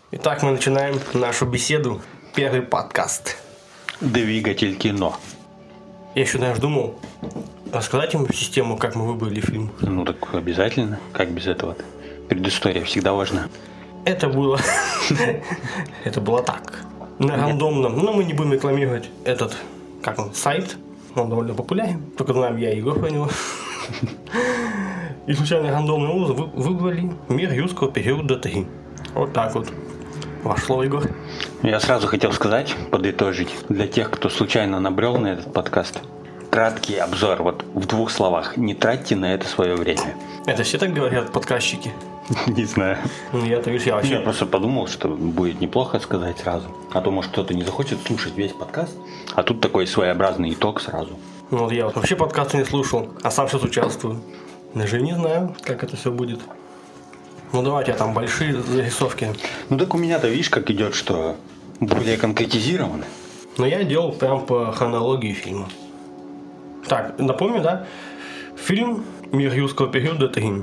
Итак, мы начинаем нашу беседу. Первый подкаст. Двигатель кино. Я еще, знаешь, думал рассказать ему систему, как мы выбрали фильм. Ну так обязательно. Как без этого-то? Предыстория всегда важна. Это было так. На рандомном. Но мы не будем рекламировать этот, сайт. Он довольно популярен. Только знаем я и Егор про него. И случайно рандомным образом выбрали «Мир юрского периода 3». Вот так вот. Ваше слово, Егор. Я сразу хотел сказать, подытожить, для тех, кто случайно набрел на этот подкаст, краткий обзор, вот в 2 словах. Не тратьте на это свое время. Это все так говорят, подкастчики? Не знаю. Я-то видишь, я вообще... Я просто подумал, что будет неплохо сказать сразу. А то, может, кто-то не захочет слушать весь подкаст, а тут такой своеобразный итог сразу. Ну вот я вообще подкасты не слушал, а сам сейчас участвую. Даже не знаю, как это все будет. Ну давайте, там большие зарисовки. Ну так у меня-то, видишь, как идет, что более конкретизировано. Но я делал прям по хронологии фильма. Так, напомню, да? Фильм «Мир юрского периода 3».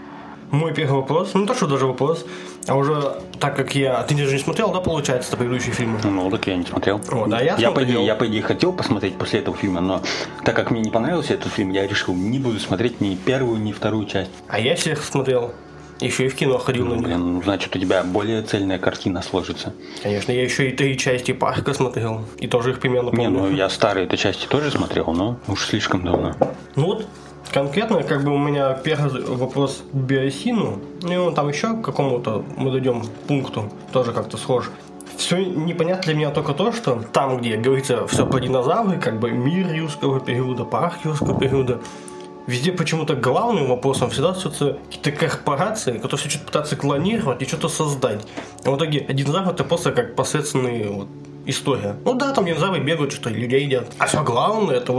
Мой первый вопрос, не то что даже вопрос, а уже так как ты даже не смотрел, да, получается, предыдущие фильмы? Ну, так я не смотрел. Вот, а я по идее, хотел посмотреть после этого фильма, но так как мне не понравился этот фильм, я решил, не буду смотреть ни первую, ни вторую часть. А я всех смотрел. Еще и в кино ходил на них. Значит, у тебя более цельная картина сложится. Конечно, я еще и 3 части «Парка» смотрел. И тоже их примерно помню. Я старые-то части тоже смотрел, но уж слишком давно. Ну вот, конкретно, у меня первый вопрос к Биосину. Ну, там еще к какому-то мы дойдем пункту, тоже как-то схож. Все непонятно для меня только то, что там, где говорится все про динозавры, мир юрского периода, парк юрского периода, везде почему-то главным вопросом всегда остаются какие-то корпорации, которые все что-то пытаются клонировать и что-то создать. А в итоге динозавры это просто как посредственные история. Ну да, там динозавры бегают, что людей едят. А все главное, это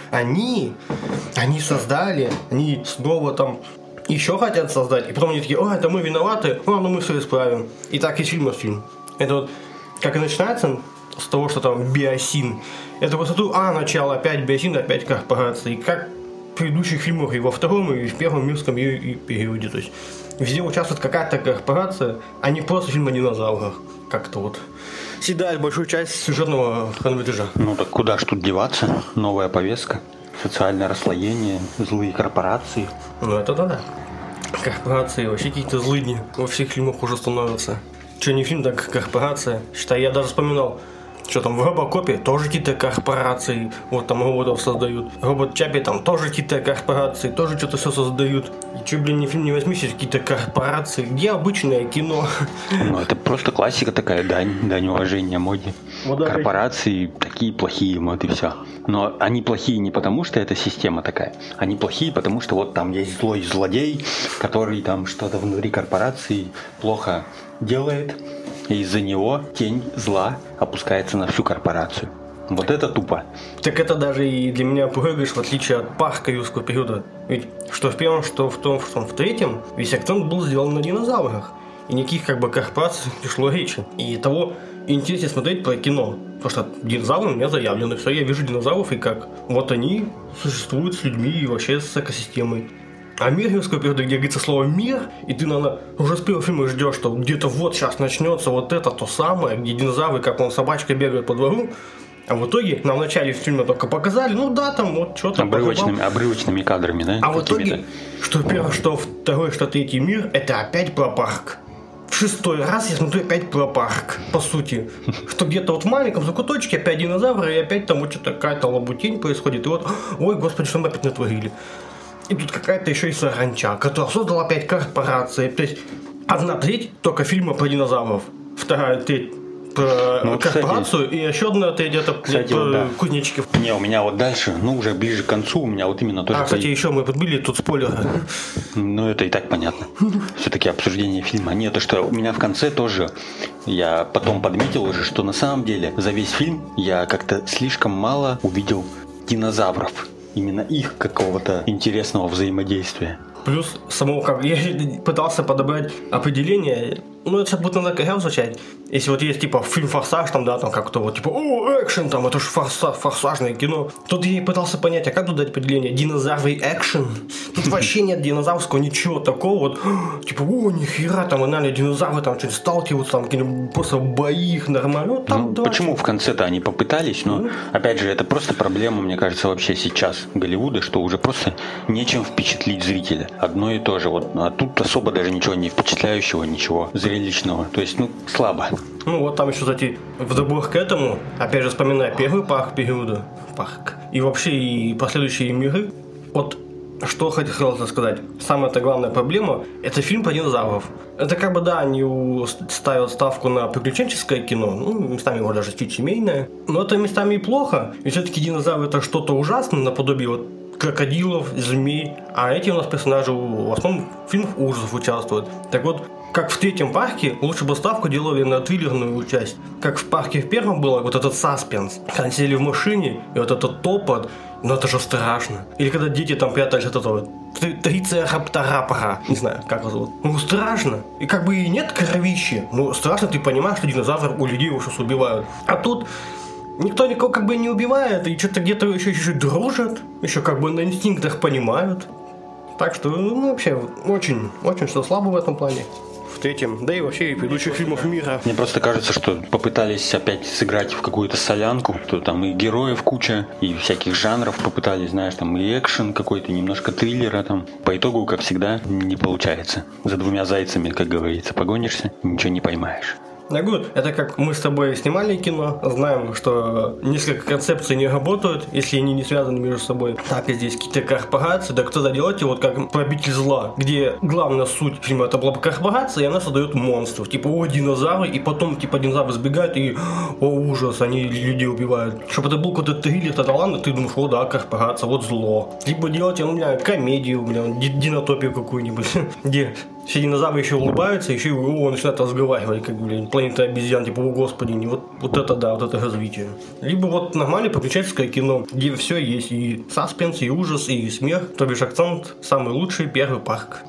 они создали, они снова там еще хотят создать. И потом они такие, это мы виноваты, ладно, мы все исправим. И так и фильм. Это как и начинается с того, что там Биосин. Это просто начало, опять Биосин, опять корпорации. Как в предыдущих фильмах и во втором, и в первом мирском периоде. То есть везде участвует какая-то корпорация, а не просто фильм о динозаврах. Как-то съедает большую часть сюжетного хронометража. Ну так куда ж тут деваться? Новая повестка, социальное расслоение, злые корпорации. Ну это да. Корпорации вообще какие-то злыдни во всех фильмах уже становятся. Что не фильм, так корпорация. Считай, я даже вспоминал, что там в Робокопе тоже какие-то корпорации, там роботов создают. Робот Чапи там тоже какие-то корпорации, тоже что-то все создают. И что, ни фильм не возьмись, какие-то корпорации. Где обычное кино? Ну, это просто классика такая, дань уважения моде. Корпорации такие плохие, и все. Но они плохие не потому, что эта система такая. Они плохие, потому что там есть злой злодей, который там что-то внутри корпорации плохо делает. И из-за него тень зла опускается на всю корпорацию. Вот это тупо. Так это даже и для меня проигрыш, в отличие от парка юрского периода. Ведь что в первом, что в том, что в третьем, весь акцент был сделан на динозаврах. И никаких корпораций не шло речи. И того интереснее смотреть про кино. Потому что динозавры у меня заявлены. Все, я вижу динозавров, и как они существуют с людьми и вообще с экосистемой. А мир юрского периода, где говорится слово «мир», и ты, наверное, уже с первого фильма ждешь, что где-то сейчас начнется это то самое, где динозавры, как собачка бегает по двору, а в итоге нам в начале фильма только показали, что-то... Обрывочными кадрами, да? А в итоге, что первое, что второй, что третий мир, это опять про парк. В 6-й раз я смотрю опять про парк, по сути. Что где-то в маленьком закуточке опять динозавры, и опять там что-то какая-то лабутень происходит, и ой, господи, что мы опять натворили. И тут какая-то еще и саранча, которая создала опять корпорации. То есть 1/3 только фильма про динозавров, 2/3 про корпорацию, и еще 1/3 это про кузнечиков. Не, у меня дальше, уже ближе к концу, у меня именно тоже... кстати, еще мы подбили тут спойлеры. Это и так понятно. Все-таки обсуждение фильма. Нет, то что у меня в конце тоже, я потом подметил уже, что на самом деле за весь фильм я как-то слишком мало увидел динозавров. Именно их какого-то интересного взаимодействия. Плюс я пытался подобрать определение, это сейчас будет надо звучать. если вот есть, типа, фильм «Форсаж», там, да, там как-то вот, типа, о, экшен, там, это же форсажное кино. Тут я и пытался понять, а как тут дать определение? Динозавры экшен? Тут вообще нет динозаврского ничего такого, вот, типа, о, нихера, там, реально динозавры, там, что-то сталкиваются, там, какие-нибудь просто бои их нормально. Ну, там, ну, почему в конце-то они попытались, но, опять же, это просто проблема, мне кажется, вообще сейчас Голливуда, что уже просто нечем впечатлить зрителя. Одно и то же, вот, а тут особо даже ничего не впечатляющего, ничего зрелищного, то есть, ну, слабо. Ну, вот там еще, кстати, в добавок к этому, опять же, вспоминая первый периода, и вообще и последующие миры, вот что хотел сказать. Самая-то главная проблема – это фильм про динозавров. Это как бы, да, они ставят ставку на приключенческое кино, ну, местами его даже чуть семейное, но это местами и плохо, и все-таки динозавры – это что-то ужасное, наподобие вот крокодилов, змей, а эти у нас персонажи в основном в фильмах ужасов участвуют. Так вот, как в третьем парке, лучше бы ставку делали на триллерную часть. Как в парке в первом было, вот этот саспенс. Когда они сидели в машине, и вот этот топот, ну это же страшно. Или когда дети там прятались от этого трицераптора, не знаю, как его зовут. Ну страшно. И как бы и нет кровищи, ну страшно, ты понимаешь, что динозавры у людей уже убивают. А тут никто никого как бы не убивает, и что-то где-то еще чуть-чуть дружат, еще как бы на инстинктах понимают. Так что, ну вообще, очень, очень что слабо в этом плане. В третьем, да и вообще и в предыдущих фильмах мира. Мне просто кажется, что попытались опять сыграть в какую-то солянку, то там и героев куча, и всяких жанров попытались, знаешь, там и экшен какой-то, немножко триллера там. По итогу, как всегда, не получается. За двумя зайцами, как говорится, погонишься, ничего не поймаешь. Я говорю, это как мы с тобой снимали кино, знаем, что несколько концепций не работают, если они не связаны между собой. Так и здесь какие-то корпорации, да кто-то делаете, вот как «Победитель зла», где главная суть фильма это была корпорация, и она создает монстров, типа, о, динозавры, и потом, типа, динозавры сбегают, и, о, ужас, они людей убивают. Чтобы это был какой-то триллер, тогда ладно, ты думаешь, о, да, корпорация, вот зло. Либо делать, ну, комедию, динотопию какую-нибудь, где все динозавры еще улыбаются, еще и начинают разговаривать, как, планета обезьян, типа, о господи, не вот это да, вот это развитие. Либо вот нормальное приключенческое кино, где все есть, и саспенс, и ужас, и смех, то бишь акцент, самый лучший первый парк.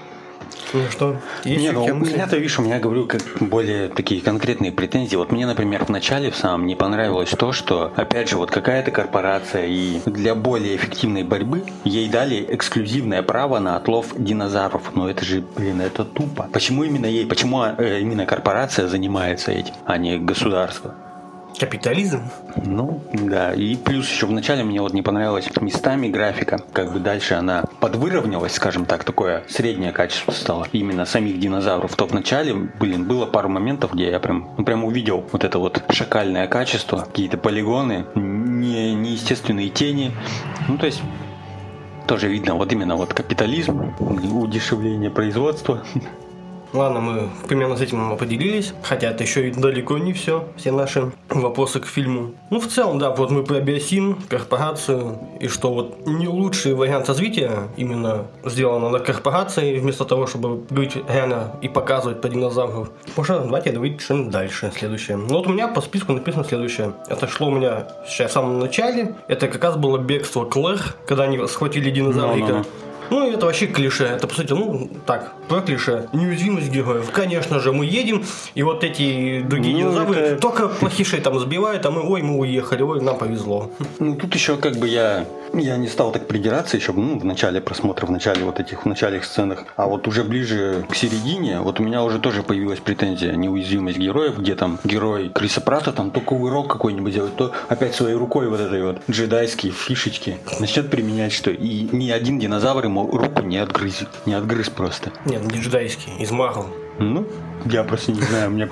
Ну что, есть не, ну у меня-то, видишь, у меня, говорю, как более такие конкретные претензии. Вот мне, например, в начале в самом не понравилось то, что, опять же, вот какая-то корпорация и для более эффективной борьбы ей дали эксклюзивное право на отлов динозавров. Но это же, блин, это тупо. Почему именно ей, почему именно корпорация занимается этим, а не государство? Капитализм? Ну, да. И плюс еще вначале мне вот не понравилась местами графика. Как бы дальше она подвыровнялась, скажем так, такое среднее качество стало. Именно самих динозавров. То в начале, блин, было пару моментов, где я прям увидел вот это вот шакальное качество, какие-то полигоны, неестественные тени. Ну, то есть тоже видно вот именно вот капитализм, удешевление производства. Ладно, мы примерно с этим поделились, хотя это еще и далеко не все наши вопросы к фильму. Ну, в целом, да, вот мы про биосин, корпорацию, и что вот не лучший вариант развития именно сделано на корпорации, вместо того, чтобы быть реально и показывать по динозавров. Может, давайте двинем дальше, следующее. Ну, вот у меня по списку написано следующее. Это шло у меня сейчас в самом начале, это как раз было бегство Клэр, когда они схватили динозаврика. Ну, это вообще клише. Это, по сути, ну, так, про клише. Неуязвимость героев. Конечно же, мы едем, и вот эти другие динозавры только плохишей там сбивают, а мы уехали, нам повезло. Ну, тут еще как бы я не стал так придираться еще, в начале просмотра, в начальных сценах. А вот уже ближе к середине, вот у меня уже тоже появилась претензия. Неуязвимость героев, где там герой Криса Пратта там то кувырок какой-нибудь делает, то опять своей рукой вот этой вот джедайские фишечки начнет применять, что и ни один динозавр ему руку не отгрыз просто. Нет, не джедайский, из Марвел. Ну, я просто не знаю, у меня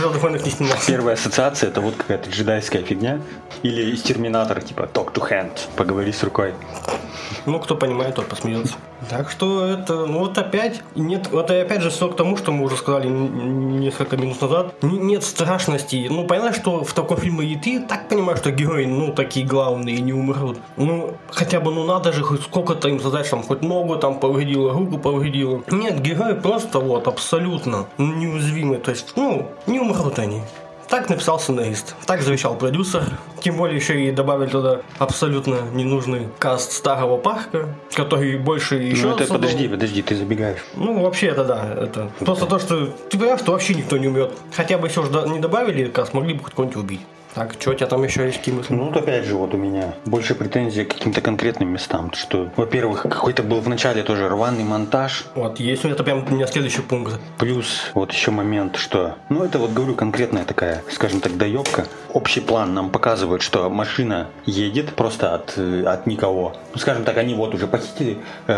первая ассоциация это вот какая-то джедайская фигня. Или из Терминатора, типа talk to hand, поговори с рукой. Ну, кто понимает, тот посмеется. Так что это, ну вот опять, нет, вот опять же все к тому, что мы уже сказали несколько минут назад, нет страшности. Ну, понятно, что в таком фильме и ты так понимаешь, что герои, ну, такие главные, не умрут. Ну, хотя бы, ну, надо же хоть сколько-то им создать, там, хоть ногу там повредила, руку повредила. Нет, герои просто вот абсолютно неуязвимы, то есть, ну, не умрут они. Так написал сценарист, так завещал продюсер. Тем более еще и добавили туда абсолютно ненужный каст старого парка, который больше еще... Ну это подожди, ты забегаешь. Ну вообще это да, это просто то, что ты понимаешь, что вообще никто не умрет. Хотя бы если уже не добавили каст, могли бы хоть кого-нибудь убить. Так, что у тебя там еще есть какие мысли? Ну, вот опять же, вот у меня больше претензий к каким-то конкретным местам. Что, во-первых, какой-то был в начале тоже рваный монтаж. Вот, есть это прям у меня следующий пункт. Плюс вот еще момент, что... Ну, это вот, говорю, конкретная такая, скажем так, доебка. Общий план нам показывает, что машина едет просто от никого. Ну, скажем так, они вот уже похитили,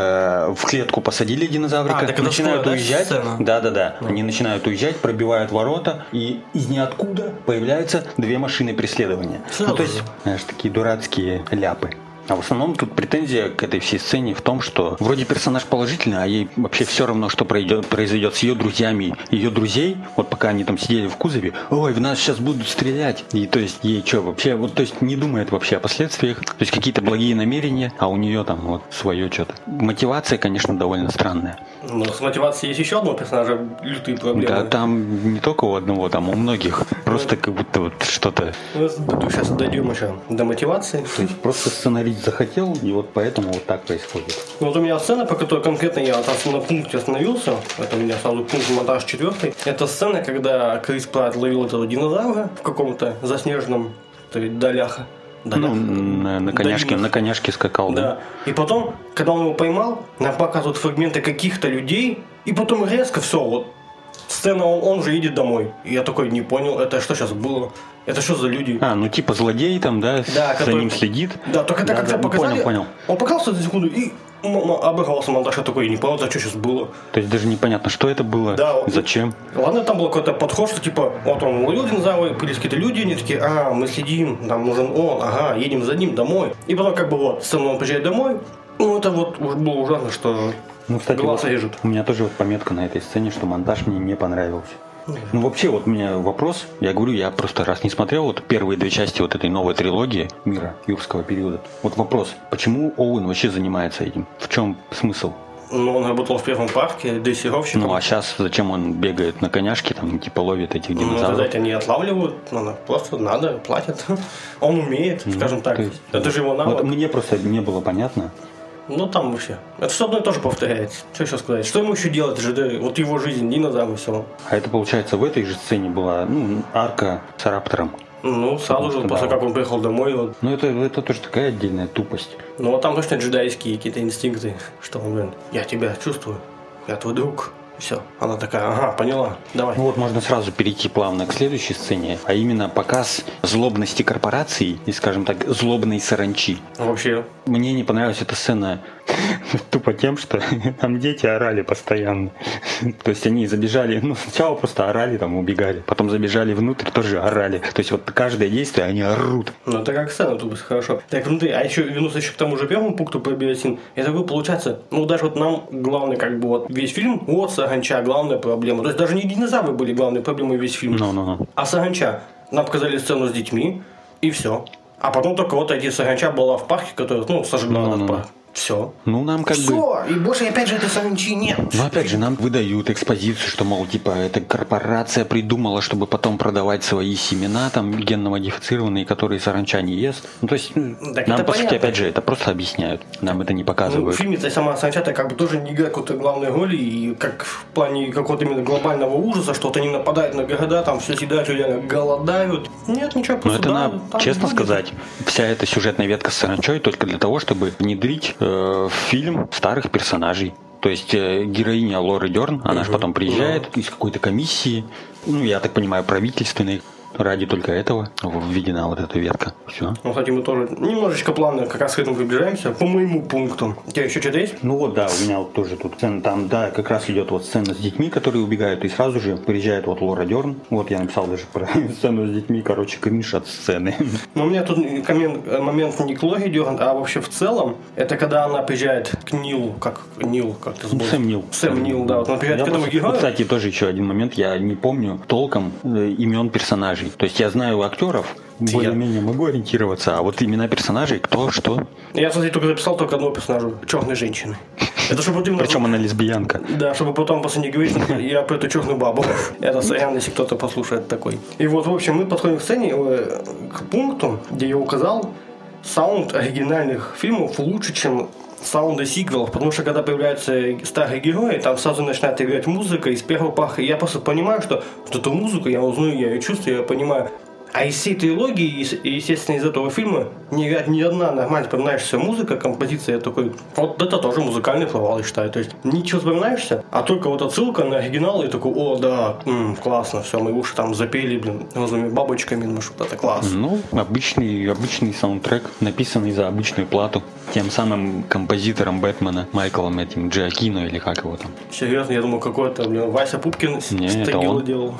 в клетку посадили динозаврика, начинают уезжать. Да. Они начинают уезжать, пробивают ворота, и из ниоткуда появляются две машины преследования. Ну, то есть, знаешь, такие дурацкие ляпы. А в основном тут претензия к этой всей сцене в том, что вроде персонаж положительный, а ей вообще все равно, что произойдет с ее друзьями, ее друзей. Вот пока они там сидели в кузове, ой, в нас сейчас будут стрелять. И то есть ей что вообще, вот то есть не думает вообще о последствиях. То есть какие-то благие намерения, а у нее там вот свое что-то. Мотивация, конечно, довольно странная. Но с мотивацией есть еще одного персонажа, лютые проблемы. Да, там не только у одного, там у многих. Просто как будто вот что-то... Ну, сейчас дойдем еще до мотивации. То есть просто сценарист захотел, и вот поэтому вот так происходит. Вот у меня сцена, по которой конкретно я на пункте остановился, это у меня сразу пункт монтаж 4. Это сцена, когда Крис Пратт ловил этого динозавра в каком-то заснеженном доляха. Ну, на коняшке скакал, да. И потом, когда он его поймал, нам показывают фрагменты каких-то людей, и потом резко все, вот сцена, он уже едет домой. И я такой не понял, это что сейчас было? Это что за люди? Ну типа злодей там, да, за ним следит. Да, только это как-то показали. Понял. Он показался за секунду и обыгрался монтаж, я такой не понял, что сейчас было. То есть даже непонятно, что это было, зачем. Ладно, там был какой-то подход, что типа, вот он ловил динозавры, появились какие-то люди, они такие, мы следим, нам нужен он, едем за ним домой. И потом как бы вот, сцена он приезжает домой, ну это вот было ужасно, что кстати, глаз режет. У меня тоже вот пометка на этой сцене, что монтаж мне не понравился. Ну вообще вот у меня вопрос, я говорю, я просто раз не смотрел вот первые две части вот этой новой трилогии мира юрского периода. Вот вопрос, почему Оуэн вообще занимается этим? В чем смысл? Ну, он работал в первом парке дрессировщиком. Ну, а сейчас зачем он бегает на коняшке, там, типа ловит этих динозавров? Ну, это они отлавливают, просто надо, платят. Он умеет, скажем так. Это же его навык. Вот мне просто не было понятно. Ну, там вообще. Это все одно и то же повторяется. Что еще сказать? Что ему еще делать? Это же вот его жизнь, динозавр, все. А это, получается, в этой же сцене была, арка с раптором. Ну, сразу же, после как он приехал домой. Вот. Ну, это тоже такая отдельная тупость. Ну, вот там точно джедайские какие-то инстинкты. Что он, я тебя чувствую, я твой друг. Все. Она такая, поняла, давай. Ну вот можно сразу перейти плавно к следующей сцене, а именно показ злобности корпорации и, скажем так, злобной саранчи. Вообще. Мне не понравилась эта сцена тупо тем, что там дети орали постоянно. То есть они забежали, сначала просто орали, там убегали, потом забежали внутрь, тоже орали. То есть вот каждое действие они орут. Ну это как сцена тупо, хорошо. Так, внутри, а еще вернуться еще к тому же первому пункту про биосин. Это было, получается, даже вот нам главный, как бы вот весь фильм, вот саранча, главная проблема. То есть даже не динозавры были главной проблемой весь фильм. А саранча. Нам показали сцену с детьми, и все. А потом только вот эти саранча была в парке, которая, сожгла этот парк. Все. Нам как бы... Все, и больше опять же этой саранчи нет. Опять же, нам выдают экспозицию, что, мол, типа, эта корпорация придумала, чтобы потом продавать свои семена, там, генно-модифицированные, которые саранча не ест. То есть, нам, по сути, опять же, это просто объясняют. Нам это не показывают. В фильме-то сама саранча-то как бы тоже не играет какой-то главной роли, и как в плане какого-то именно глобального ужаса, что вот они нападают на города, там все съедают, реально голодают. Нет, ничего, просто это честно сказать, вся эта сюжетная ветка с саранчой только для того, чтобы внедрить в фильм старых персонажей. То есть героиня Лоры Дерн, она же потом приезжает из какой-то комиссии, я так понимаю, правительственной. Ради только этого введена вот эта ветка. Все. Кстати, мы тоже немножечко плавно как раз к этому приближаемся. По моему пункту. У тебя еще что-то есть? У меня вот тоже тут сцена. Там, как раз идет вот сцена с детьми, которые убегают, и сразу же приезжает вот Лора Дерн. Вот я написал даже про сцену с детьми, кринж от сцены. Но у меня тут момент не к Лоре Дерн, а вообще в целом, это когда она приезжает к Нилу, как ты забыл? Сэм Нил, да. Вот она приезжает к этому герою. Кстати, тоже еще один момент, я не помню толком имен персонажей. То есть я знаю актеров, более-менее могу ориентироваться, а вот имена персонажей, кто, что. Я, кстати, только записал только одного персонажа, черной женщины. Это чтобы причем она лесбиянка. Да, чтобы потом после не говорить, что я про эту черную бабу. Это сорян, если кто-то послушает такой. И вот, в общем, мы подходим к сцене, к пункту, где я указал, саунд оригинальных фильмов лучше, чем саунды сиквелов, потому что когда появляются старые герои, там сразу начинает играть музыка из первого паха, и я просто понимаю, что вот эту музыку я узнаю, я ее чувствую, я понимаю. А из всей трилогии, естественно, из этого фильма не играет ни одна нормально вспоминающаяся музыка, композиция. Я такой, вот это тоже музыкальный провал, я считаю. То есть ничего вспоминаешься, а только вот отсылка на оригинал, и такой, о, да, классно, все, мои уши там запели, блин, розовыми бабочками, думаю, что это классно. Ну, обычный саундтрек, написанный за обычную плату, тем самым композитором Бэтмена, Майклом этим Джиакино, или как его там. Серьезно, я думал, какой-то, блин, Вася Пупкин стагило делал.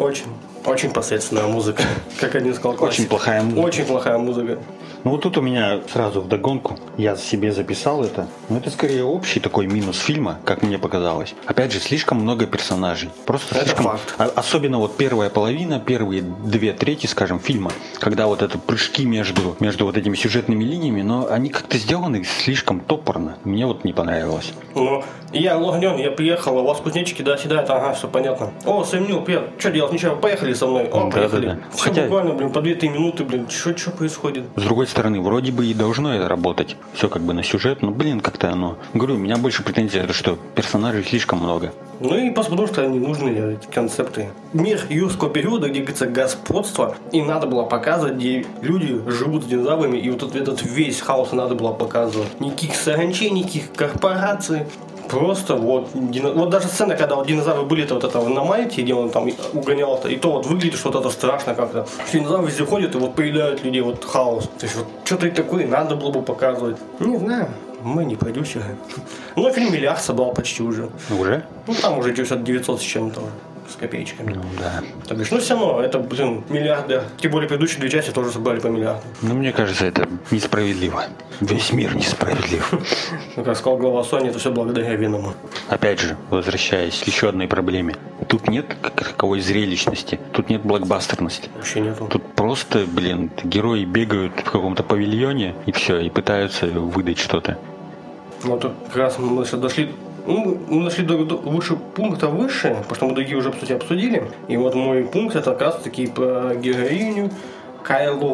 Очень посредственная музыка. Как один сказал, классик. Очень плохая музыка. Очень плохая музыка. Ну вот тут у меня сразу вдогонку, я себе записал это, но это скорее общий такой минус фильма, как мне показалось. Опять же, слишком много персонажей. Просто это слишком... факт. Особенно вот первая половина, первые 2/3, скажем, фильма, когда вот это прыжки между вот этими сюжетными линиями, но они как-то сделаны слишком топорно. Мне вот не понравилось. Ну, я логнен, я приехал, у вас кузнечики, да, седают, ага, все понятно. О, Сэмнил, привет, что делать, ничего, поехали со мной. О, поехали. Да. Все хотя... буквально, блин, по 2-3 минуты, блин, что происходит? С другой стороны, вроде бы и должно это работать. Все как бы на сюжет, но, блин, как-то оно... Говорю, у меня больше претензий, это что персонажей слишком много. Ну и потому что они нужны, эти концепты. Мир юрского периода, где говорится господство, и надо было показывать, где люди живут с динозаврами, и вот этот весь хаос надо было показывать. Никаких саранчей, никаких корпораций. Просто вот даже сцена, когда вот динозавры были вот это на Мальте, где он там угонял, и то вот выглядит что-то страшно как-то. Динозавры везде ходят и вот поедают людей, вот хаос. То есть вот что-то такое надо было бы показывать. Не знаю. Мы не продюсеры. Но фильм миллиард собрал почти уже. Уже? Ну там уже что-то 900 с чем-то. С копеечками. Ну да. То бишь, все равно, это, блин, миллиарды. Тем более предыдущие 2 части тоже собрали по миллиарду. Ну, мне кажется, это несправедливо. Весь мир несправедлив. Ну, как сказал глава Sony, это все благодаря Веному. Опять же, возвращаясь к еще одной проблеме. Тут нет какой зрелищности, тут нет блокбастерности. Вообще нету. Тут просто, блин, герои бегают в каком-то павильоне и все, и пытаются выдать что-то. Ну, тут как раз мы сейчас дошли... Ну, мы нашли выше пункта выше, потому что мы другие уже, кстати, обсудили. И вот мой пункт это как раз таки про героиню Кайлу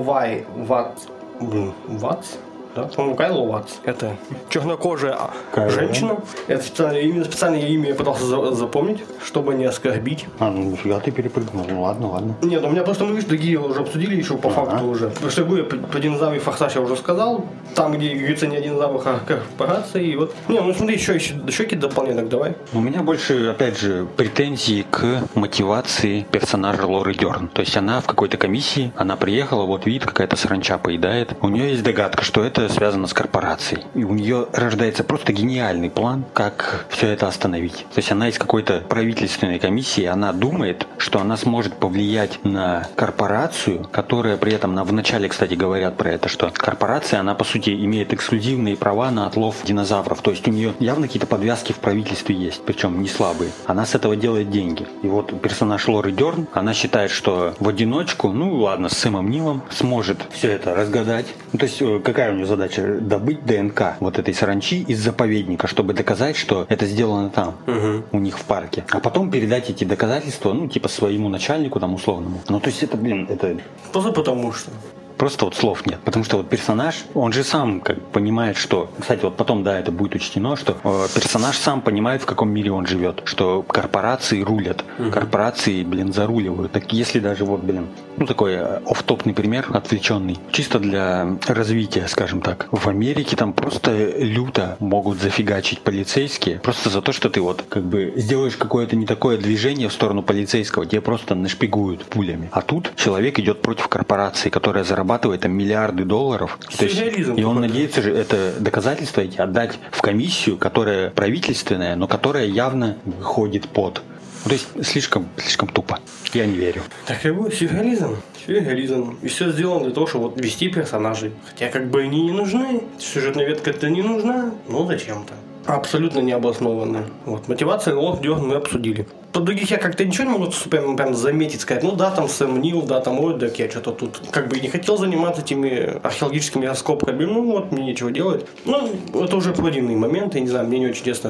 Ватс? Да, по-моему, Кайла Ватс. Это чернокожая женщина. Это специальное имя я пытался запомнить, чтобы не оскорбить. Ну нифига ты перепрыгнул. Ну ладно. Нет, у меня просто, видишь, другие уже обсудили еще по факту уже. Потому что я про динозавры Форсаж я уже сказал. Там, где говорится не о динозаврах, а корпорации. И вот. Не, ну смотри, еще какие-то дополнения, давай. У меня больше, опять же, претензии к мотивации персонажа Лоры Дерн. То есть она в какой-то комиссии, она приехала, вот видит, какая-то саранча поедает. У нее есть догадка, что это связано с корпорацией. И у нее рождается просто гениальный план, как все это остановить. То есть она из какой-то правительственной комиссии, она думает, что она сможет повлиять на корпорацию, которая при этом, вначале, кстати, говорят про это, что корпорация, она по сути имеет эксклюзивные права на отлов динозавров. То есть у нее явно какие-то подвязки в правительстве есть, причем не слабые. Она с этого делает деньги. И вот персонаж Лоры Дерн, она считает, что в одиночку, ну ладно, с Сэмом Нилом, сможет все это разгадать. Ну, то есть какая у нее задача? Добыть ДНК вот этой саранчи из заповедника, чтобы доказать, что это сделано там, у них в парке. А потом передать эти доказательства, своему начальнику там условному. Ну, то есть это, это... Просто потому что... Просто вот слов нет. Потому что вот персонаж, он же сам понимает, что... Кстати, вот потом, да, это будет учтено, что персонаж сам понимает, в каком мире он живет. Что корпорации рулят. Корпорации, заруливают. Так если даже такой оффтопный пример, отвлеченный. Чисто для развития, скажем так. В Америке там просто люто могут зафигачить полицейские. Просто за то, что ты сделаешь какое-то не такое движение в сторону полицейского. Тебе просто нашпигуют пулями. А тут человек идет против корпорации, которая зарабатывает там миллиарды долларов. То есть, и он надеется же это доказательства эти отдать в комиссию, которая правительственная, но которая явно ходит под. То есть слишком тупо. Я не верю. Так и будет сюрреализм. И все сделано для того, чтобы ввести персонажей. Хотя они не нужны. Сюжетная ветка-то не нужна. Но зачем-то. Абсолютно необоснованно. Мотивация Лоры Дерн мы обсудили. по других я как-то ничего не могу прям заметить, сказать, ну да, там Сэм Нил, да, там ой, так я что-то тут как бы не хотел заниматься этими археологическими раскопками, ну вот, мне нечего делать. Ну, это уже пройденный момент, я не знаю, мне не очень честно.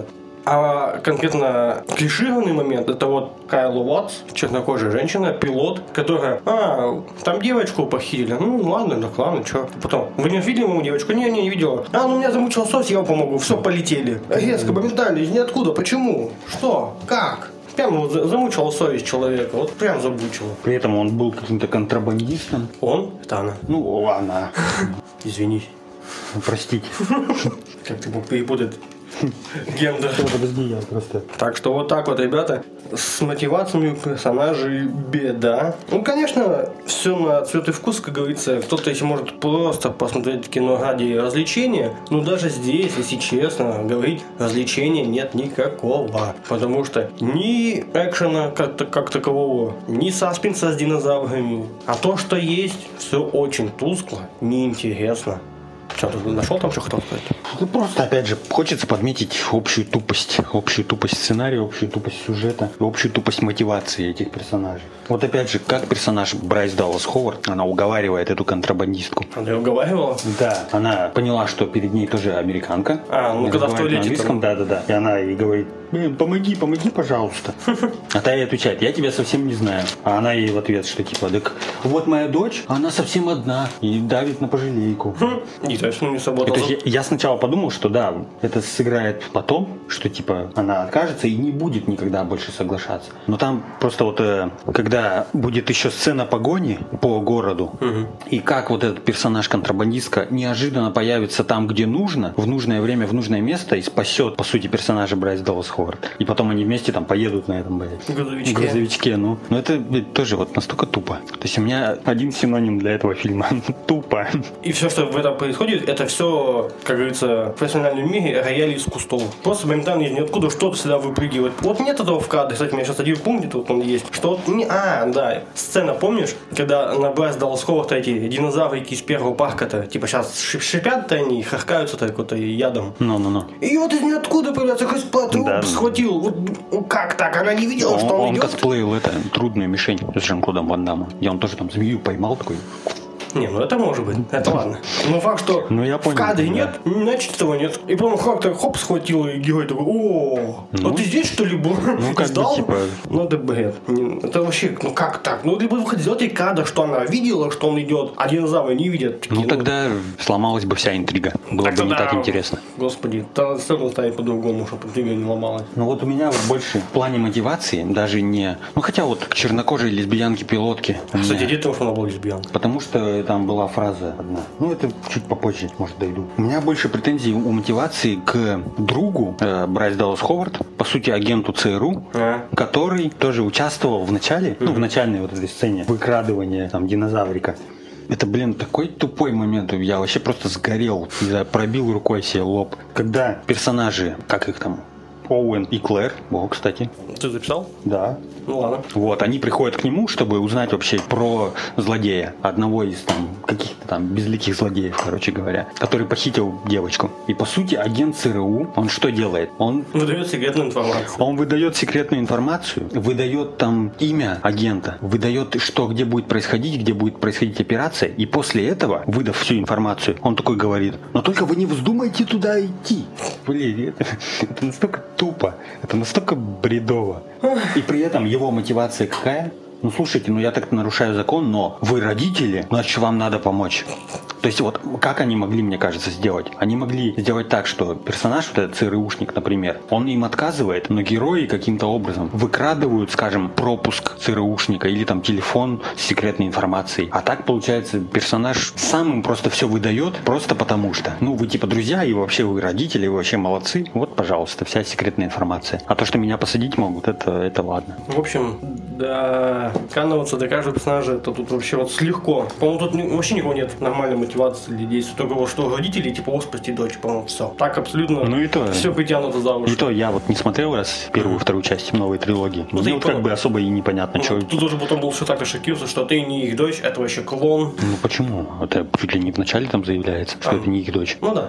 А конкретно клишированный момент, это вот Кайла Уотс, чернокожая женщина, пилот, которая, там девочку похитили, ну ладно, так ладно, что. Потом, вы не видели мою девочку? Не видела. Ну меня замучил совесть, я вам помогу, все, полетели. Резко, моментально, из ниоткуда, почему? Что? Как? Прям вот замучила совесть человека, вот прям замучила. При этом он был каким-то контрабандистом. Он? Это она. Ну, она. Извинись. Простите. Как ты мог перепутать? Гендер. Подожди, я просто... Так что вот так вот, ребята, с мотивациями персонажей беда. Ну, конечно, все на цвет и вкус, как говорится. Кто-то, если может просто посмотреть кино ради развлечения, но даже здесь, если честно говорить, развлечения нет никакого. Потому что ни экшена как такового, ни саспенса с динозаврами. А то, что есть, все очень тускло, неинтересно. Что, ты нашел там, что хотел сказать? Ну, просто, опять же, хочется подметить общую тупость сценария, общую тупость сюжета, общую тупость мотивации этих персонажей. Вот опять же, как персонаж Брайс Даллас Ховард, она уговаривает эту контрабандистку. Она ее уговаривала? Да, она поняла, что перед ней тоже американка. Ну когда в туалете. Да. И она ей говорит, помоги, пожалуйста. А та ей отвечает, я тебя совсем не знаю. А она ей в ответ, что типа, так вот моя дочь, она совсем одна и давит на пожалейку. И точно не сработало. То есть я сначала подумал, что да, это сыграет потом, что типа она откажется и не будет никогда больше соглашаться. Но там просто вот когда будет еще сцена погони по городу, и как вот этот персонаж-контрабандистка неожиданно появится там, где нужно, в нужное время, в нужное место и спасет, по сути, персонажа Брайс Даллас Ховард. И потом они вместе там поедут на этом грузовичке. Ну это тоже вот настолько тупо. То есть у меня один синоним для этого фильма. Тупо. И все, что в этом происходит, это все, как говорится, в профессиональном мире рояли из кустов. Просто моментально из ниоткуда что-то всегда выпрыгивает. Вот нет этого в кадре. Кстати, у меня сейчас один пункт, вот он есть. Что вот да, сцена, помнишь, когда на Брайс Даллас Ховард эти динозаврики из первого парка-то, типа сейчас шипят-то они, харкаются-то какой-то ядом. И вот из ниоткуда появляется труп схватил. Вот как так? Она не видела, что он идет? Он косплеил «Трудную мишень» с Жан-Клодом Ван Даммом. И он тоже там змею поймал такой... Не, ну это может быть, это ладно. Но факт, что в кадре нет, значит этого нет. И потом хоп, схватил, и герой такой, ты здесь что ли был? Ждал? Ну это бред. Это вообще, как так? Либо вы хотите сделать кадр, что она видела, что он идет, а динозавры не видят. Тогда сломалась бы вся интрига. Было бы не так интересно. Господи, тогда все равно станет по-другому, чтобы интрига не ломалась. Вот у меня больше в плане мотивации, даже не... хотя вот к чернокожей лесбиянке-пилотке. Кстати, где ты, что она была лесбиянка? Потому что там была фраза одна. Это чуть попозже, может, дойду. У меня больше претензий у мотивации к другу Брайс Даллас Ховард, по сути, агенту ЦРУ, который тоже участвовал в начале, в начальной вот этой сцене выкрадывания там динозаврика. Это, такой тупой момент. Я вообще просто сгорел, пробил рукой себе лоб. Когда персонажи, как их там, Оуэн и Клэр, кстати. Ты записал? Да. Ну ладно. Вот, они приходят к нему, чтобы узнать вообще про злодея. Одного из каких-то там безликих злодеев, короче говоря, который похитил девочку. И по сути агент ЦРУ, он что делает? Он выдает секретную информацию. Он выдает секретную информацию, выдает там имя агента, выдает, где будет происходить операция. И после этого, выдав всю информацию, он такой говорит, но только вы не вздумайте туда идти. Это настолько тупо, это настолько бредово. И при этом его мотивация какая? Слушайте, я так-то нарушаю закон, но вы родители, значит, вам надо помочь. То есть вот как они могли, мне кажется, сделать? Они могли сделать так, что персонаж, вот этот ЦРУшник, например, он им отказывает, но герои каким-то образом выкрадывают, скажем, пропуск ЦРУшника или там телефон с секретной информацией. А так, получается, персонаж сам им просто все выдает, просто потому что. Вы типа друзья, и вообще вы родители, вы вообще молодцы. Вот, пожалуйста, вся секретная информация. А то, что меня посадить могут, это ладно. В общем, да, канываться до каждого персонажа, это тут вообще вот легко. По-моему, тут вообще никого нет нормальной мотивации для действия. Только вот что родители, типа, спасти дочь, по-моему, все. Так абсолютно и то, все притянуто за уши. И то я вот не смотрел раз первую, вторую часть новой трилогии. Мне как бы особо и непонятно, что... Тут уже потом был все так шокировался, что ты не их дочь, это вообще клон. Почему? Это чуть ли не в начале там заявляется, что это не их дочь. Да.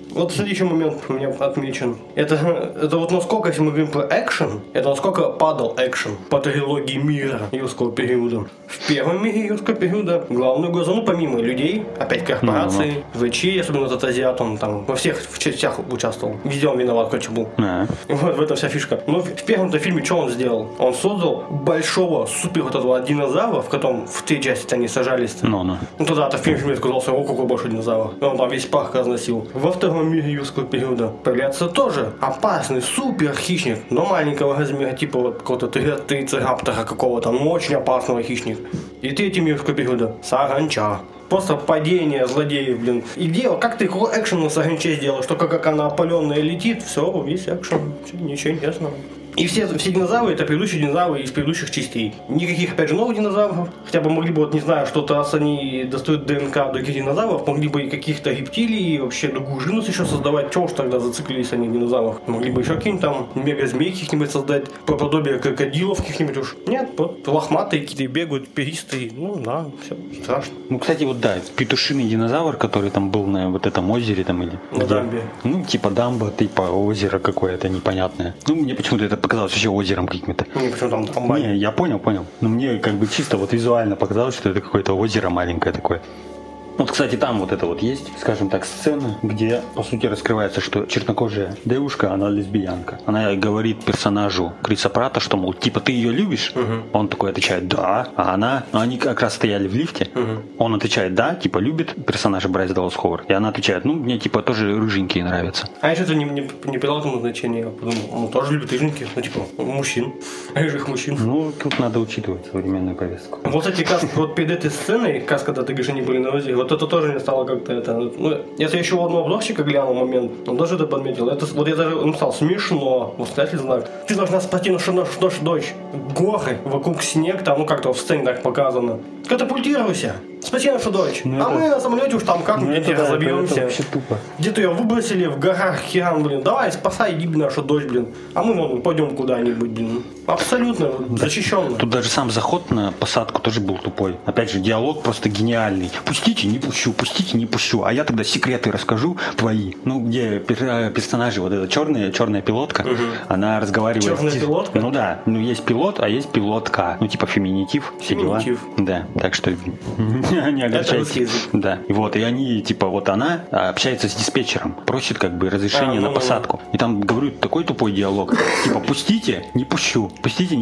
Вот следующий момент у меня отмечен. Это вот насколько, если мы говорим про экшен, это насколько падал экшен по трилогии мира юрского периода. В первом мире юрского периода главную угрозу, ну помимо людей, опять корпорации, ВЧ, особенно этот азиат, он там во всех частях участвовал. Везде он виноват, короче, был. И вот в этом вся фишка. Но в первом-то фильме что он сделал? Он создал большого супер вот этого динозавра, в котором в 3 части они сажались. Ну тогда-то в фильме сказался, о, какой большой динозавр. И он там весь парк разносил. Во втором мире юрского периода появляется тоже опасный супер хищник, но маленького размера, типа вот какого-то трицераптора какого-то, но очень опасного хищника. И третий мир юрского периода саранча. Просто падение злодеев, блин. И дело, как ты экшен на саранче сделал, что как она опаленная летит, все, весь экшен, ничего интересного. И все динозавры это предыдущие динозавры из предыдущих частей. Никаких, опять же, новых динозавров. Хотя бы могли бы, вот не знаю, что-то, раз они достают ДНК других динозавров, могли бы и каких-то рептилий, и вообще другую живность еще создавать. Чего уж тогда зациклились они в динозаврах? Могли бы еще какие-нибудь там мега-змей каких-нибудь создать, по подобию крокодилов каких-нибудь уж. Нет, вот лохматые какие-то бегают, перистые. Ну да, все, страшно. Ну, кстати, вот да, петушиный динозавр, который там был на вот этом озере там или... На дамбе. Ну, типа дамба, типа озеро какое-то непонятное. Ну, мне почему-то это показалось вообще озером каким-то. Почему там дамба? Не, я понял. Но мне как бы чисто вот визуально показалось, что это какое-то озеро маленькое такое. Вот, кстати, там вот это вот есть, скажем так, сцена, где, по сути, раскрывается, что чернокожая девушка, она лесбиянка. Она говорит персонажу Криса Пратта, что, мол, типа, ты ее любишь? Он такой отвечает, да. А они как раз стояли в лифте. Он отвечает, да, типа, любит персонажа Брайс Даллас Ховард. И она отвечает, ну, мне, типа, тоже рыженькие нравятся. А я что-то не придал этому значения. Я подумал, он тоже любит рыженьких, ну, типа, мужчин, рыжих мужчин. Ну, тут надо учитывать современную повестку. Вот эти вот перед этой сценой, когда ты говоришь, они были на озере, вот это тоже мне стало как-то это... Ну, это еще у одного обзорщика глянул момент, он даже это подметил. Это, вот я даже написал, смешно, восклицательный знак. Ты должна спасти нашу дочь. Горы, вокруг снег, там, ну как-то в сцене так показано. Катапультируйся, спаси нашу дочь. Ну, мы на самолете уж там как-нибудь разобьемся. Где-то ее выбросили в горах Хиран, блин. Давай, спасай, иди нашу дочь, блин. А мы вон пойдем куда-нибудь, блин. Абсолютно защищенно. Тут даже сам заход на посадку тоже был тупой. Опять же, диалог просто гениальный. Пустите, не пущу. А я тогда секреты расскажу твои. Ну, где персонажи, вот эта черная пилотка, она разговаривает. Черная пилотка? Ну да, ну есть пилот, а есть пилотка. Ну, типа феминитив, все дела. Да, так что не огорчайтесь. Да. И вот, и они, типа, вот она общается с диспетчером, просит как бы разрешение на посадку. И там, говорю, такой тупой диалог. Типа, пустите, не пущу.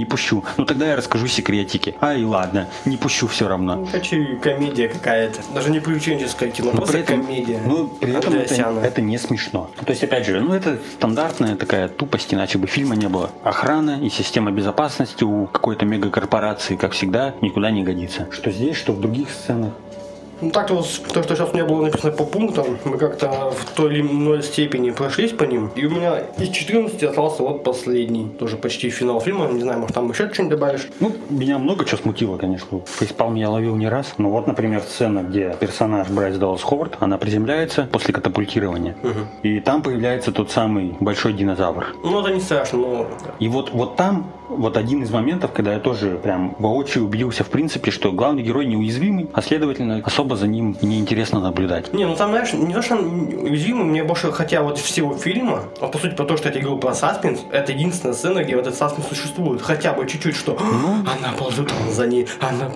Ну тогда я расскажу секретики. Ай, ладно, не пущу все равно. Ну, хочу комедия какая-то. Даже не приключенческое кино, но просто комедия. Ну, при этом это не смешно. То есть, опять же, ну это стандартная такая тупость, иначе бы фильма не было. Охрана и система безопасности у какой-то мегакорпорации, как всегда, никуда не годится. Что здесь, что в других сценах. Ну так-то вот то, что сейчас у меня было написано по пунктам, мы как-то в той или иной степени прошлись по ним. И у меня из 14 остался вот последний, тоже почти финал фильма. Не знаю, может там еще что-нибудь добавишь? Ну, меня много чего смутило, конечно. Фейспалм я ловил не раз. Ну вот, например, сцена, где персонаж Брайс Даллас Ховард, она приземляется после катапультирования. И там появляется тот самый большой динозавр. Ну это не страшно, но... И вот там вот один из моментов, когда я тоже прям воочию убедился в принципе, что главный герой неуязвимый, а следовательно особо за ним неинтересно наблюдать. Не, ну там, знаешь, не то, что он уязвимый, мне больше, хотя вот всего фильма, вот по сути, про то, что я тебе говорил про саспенс, это единственная сцена, где вот этот саспенс существует. Хотя бы чуть-чуть, что она ползет, он за ней,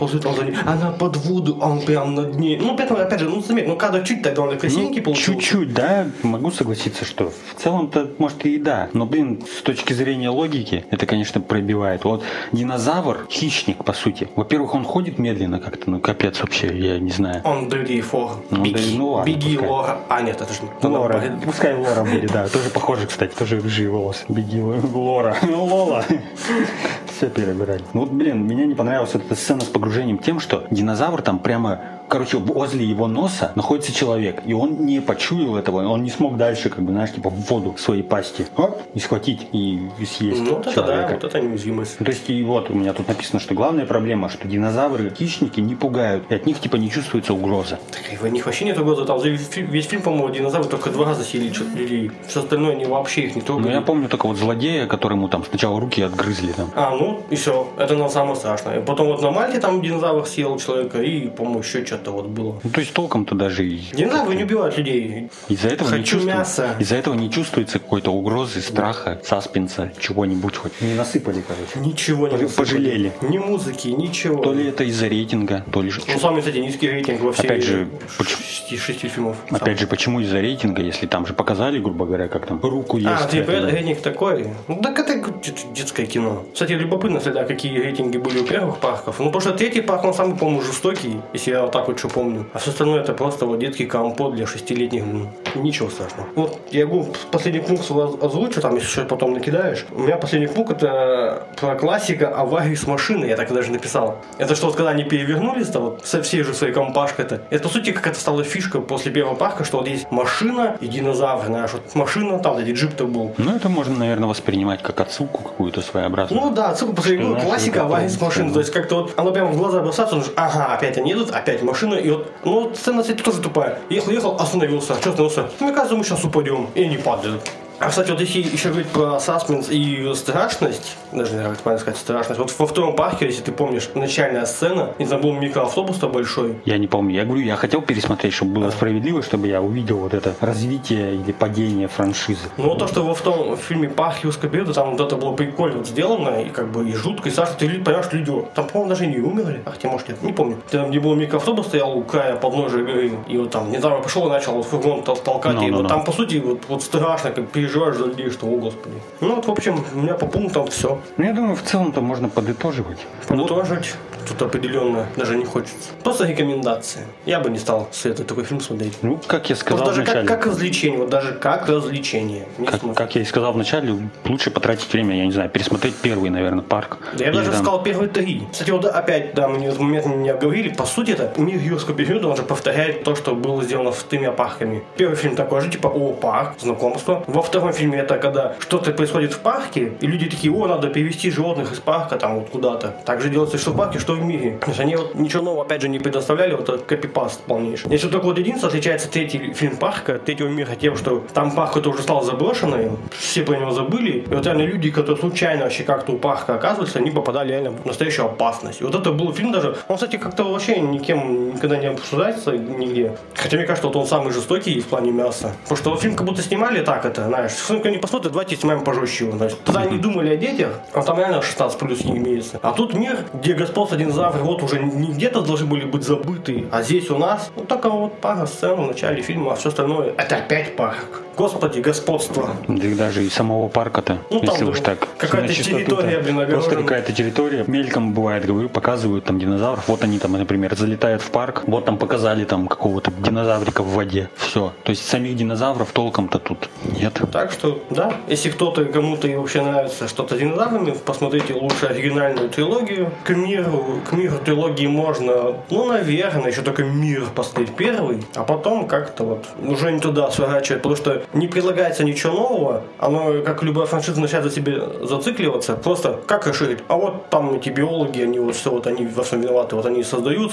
она под воду, он прям над ней. Ну, поэтому, опять же, ну, заметь, ну, когда чуть так довольно красивенький получился. Чуть-чуть, да, могу согласиться, что в целом-то, может, и да, но, блин, с точки зрения логики, это, конечно, пробивает. Вот динозавр, хищник, по сути. Во-первых, он ходит медленно как-то, ну, капец вообще, я не знаю. Он Дэдди Фор. Беги, Лора. А, нет, это же не Лора. Пускай Лора будет, да. Тоже похоже, кстати, тоже рыжие волосы. Беги, Лора. Лола. Все перебирали. Ну вот, блин, мне не понравилась эта сцена с погружением тем, что динозавр там прямо... Короче, возле его носа находится человек, и он не почуял этого, он не смог дальше, как бы, знаешь, типа в воду в своей пасти, и схватить и съесть человека. Это да, вот это неуязвимость. То есть, и вот у меня тут написано, что главная проблема, что динозавры, хищники не пугают, и от них, типа, не чувствуется угроза. Так, в них вообще нет угрозы, там весь фильм, по-моему, динозавры только 2 раза съели людей, все остальное они вообще их не трогали. Ну, я помню только вот злодея, которому там сначала руки отгрызли там. А, ну, и все, это самое страшное. Потом вот на Мальте там динозавр съел человека, и, по-моему, еще что-то это вот было. Ну, то есть толком-то даже... Не знаю, вы не убивают людей. Из-за этого Хочу мясо. Из-за этого не чувствуется какой-то угрозы, страха, саспенса, чего-нибудь хоть. Не насыпали, короче. Ничего не насыпали. Пожалели. Ни музыки, ничего. То ли это из-за рейтинга, то ли... Ну, самый, кстати, низкий рейтинг во всей... Опять же... 6 фильмов. Опять же, почему из-за рейтинга, если там же показали, грубо говоря, как там руку есть. Типа рейтинг такой? Ну, так это детское кино. Кстати, любопытно всегда, какие рейтинги были у первых парков. Ну, потому что третий парк, он самый, по-моему, жестокий, если я вот так вот что помню. А все остальное это просто вот детский компот для 6-летних. Ничего страшного. Вот я говорю, последний пункт озвучу, там, если что потом накидаешь. У меня последний пункт это про классика аварии с машиной, я так даже написал. Это что, вот когда они перевернулись-то, вот со всей же своей компашкой-то. Это, по сути, какая-то стала фишка после первого парка, что вот есть машина и динозавр, знаешь, вот машина, там, где джип-то был. Ну, это можно, наверное, воспринимать как отсылку какую-то своеобразную. Ну да, отсылку после игры, классика аварии с машиной. То есть как-то вот оно прямо в глаза бросается, он же, ага, опять они едут, опять машина, и вот, ну, вот сцена, кстати, тоже тупая. Ехал, остановился. Что остановился? Мне кажется, мы сейчас упадем. И они падают. А, кстати, вот если еще говорить про саспенс и страшность, даже не знаю, как правильно сказать, страшность, вот во втором парке, если ты помнишь, начальная сцена, и там был микроавтобус-то большой. Я не помню, я говорю, я хотел пересмотреть, чтобы было справедливо, чтобы я увидел вот это развитие или падение франшизы. Ну, вот то, что во втором фильме «Парк юрского периода», там вот это было прикольно вот сделано, и как бы и жутко, и страшно, ты понимаешь, что люди, там, по-моему, даже не умерли, хотя, может, нет, не помню. Там, где был микроавтобус, стоял у края подножия горы, и вот там недавно пошел и начал вот фургон толкать, и вот там, по сути, вот страшно, как переживаешь за людей, что, о, господи. Ну, вот, в общем, у меня по пунктам все. Ну, я думаю, в целом-то можно подытоживать. Подытожить тут определенно даже не хочется. Просто рекомендации. Я бы не стал советовать такой фильм смотреть. Ну, как я сказал даже вначале. Как развлечение, вот даже как развлечение. Как я и сказал вначале, лучше потратить время, я не знаю, пересмотреть первый, наверное, парк. Да я даже сказал первые 3. Кстати, вот опять, да, мы в этот момент не обговорили, по сути, это мир юрского периода, он же повторяет то, что было сделано с 3 парками. Первый фильм такой же, типа, о, парк, знакомство. Во втором фильме это когда что-то происходит в парке, и люди такие, о, надо перевести животных из парка там вот куда-то. Так же делается что в парке, что в мире. То есть они вот ничего нового, опять же, не предоставляли, вот этот копипаст полнейший. Если только вот единственное отличается третий фильм парка, третьего мира тем, что там парк это уже стал заброшенный, все про него забыли, и вот реально люди, которые случайно вообще как-то у парка оказываются, они попадали реально в настоящую опасность. И вот это был фильм даже, он, кстати, как-то вообще никем никогда не обсуждается нигде. Хотя мне кажется, вот он самый жестокий в плане мяса. Потому что вот фильм как будто снимали так это, знаешь, фильм не посмотрят, давайте снимаем пожестче его. Значит, тогда они думали о детях, а там реально 16 плюс не имеется. А тут мир, где господство динозавры вот уже не где-то должны были быть забыты, а здесь у нас вот только вот пара сцен в начале фильма, а все остальное это опять парк. Господи, господство. Да и даже и самого парка-то, ну, если там, уж так. какая-то территория, блин, огорожена. Просто какая-то территория. Мельком бывает, говорю, показывают там динозавров. Вот они там, например, залетают в парк. Вот там показали там какого-то динозаврика в воде. Все. То есть самих динозавров толком-то тут нет. Так что, да, если кто-то, кому-то и вообще нравится что-то с динозаврами, посмотрите лучше оригинальную трилогию. К миру трилогии можно, ну, наверное, еще только мир посмотреть первый, а потом как-то вот уже не туда сворачивать, потому что не предлагается ничего нового, оно, как любая франшиза, начинает за себе зацикливаться, просто как расширить, а вот там эти биологи, они вот все, вот они во всем виноваты, вот они создают,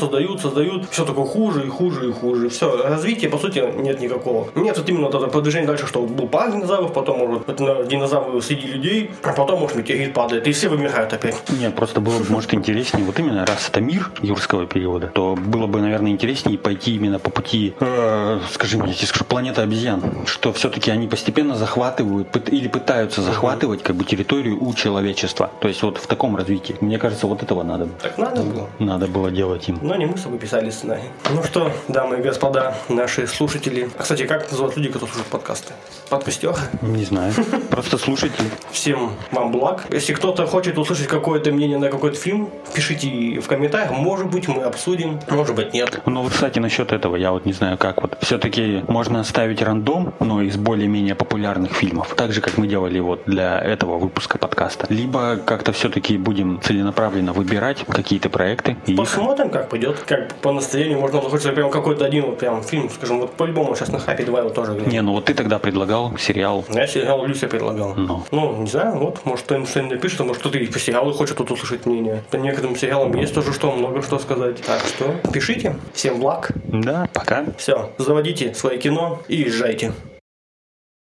все такое хуже и хуже и хуже, все, развития, по сути, нет никакого. Нет, вот именно вот это продвижение дальше, что вот был парк динозавров, потом, может, это динозавры среди людей, а потом, может, метеорит падает, и все вымирают опять. Нет, просто было бы, может, интереснее, вот именно, раз это мир юрского периода, то было бы, наверное, интереснее пойти именно по пути, скажи мне, я скажу, планета обезьян, что все-таки они постепенно захватывают или пытаются захватывать как бы территорию у человечества. То есть вот в таком развитии. Мне кажется, вот этого надо. Так надо было. Надо было делать им. Но не мы с тобой писали сценарий. Ну что, дамы и господа, наши слушатели. А, кстати, как называют люди, которые слушают подкасты? Подкастер? Не знаю. Просто слушатели. Всем вам благ. Если кто-то хочет услышать какое-то мнение на какой-то фильм, пишите в комментариях. Может быть, мы обсудим, может быть, нет. Ну вот, кстати, насчет этого, я вот не знаю, как вот. Все-таки можно ставить рандом, но из более-менее популярных фильмов. Так же, как мы делали вот для этого выпуска подкаста. Либо как-то все-таки будем целенаправленно выбирать какие-то проекты. Посмотрим, как пойдет. Как по настроению можно захочется прям какой-то один вот прям фильм, скажем, вот по-любому сейчас на Хапе 2 его тоже глядим. Не, ну вот ты тогда предлагал сериал. Я сериал Люся предлагал. Ну, не знаю, вот, может, кто-нибудь что-нибудь напишет, а может, кто-то и по сериалу хочет тут услышать мнение. По некоторым сериалам есть тоже много что сказать. Так что пишите. Всем благ. Да, пока. Все, заводите свое кино и езжайте.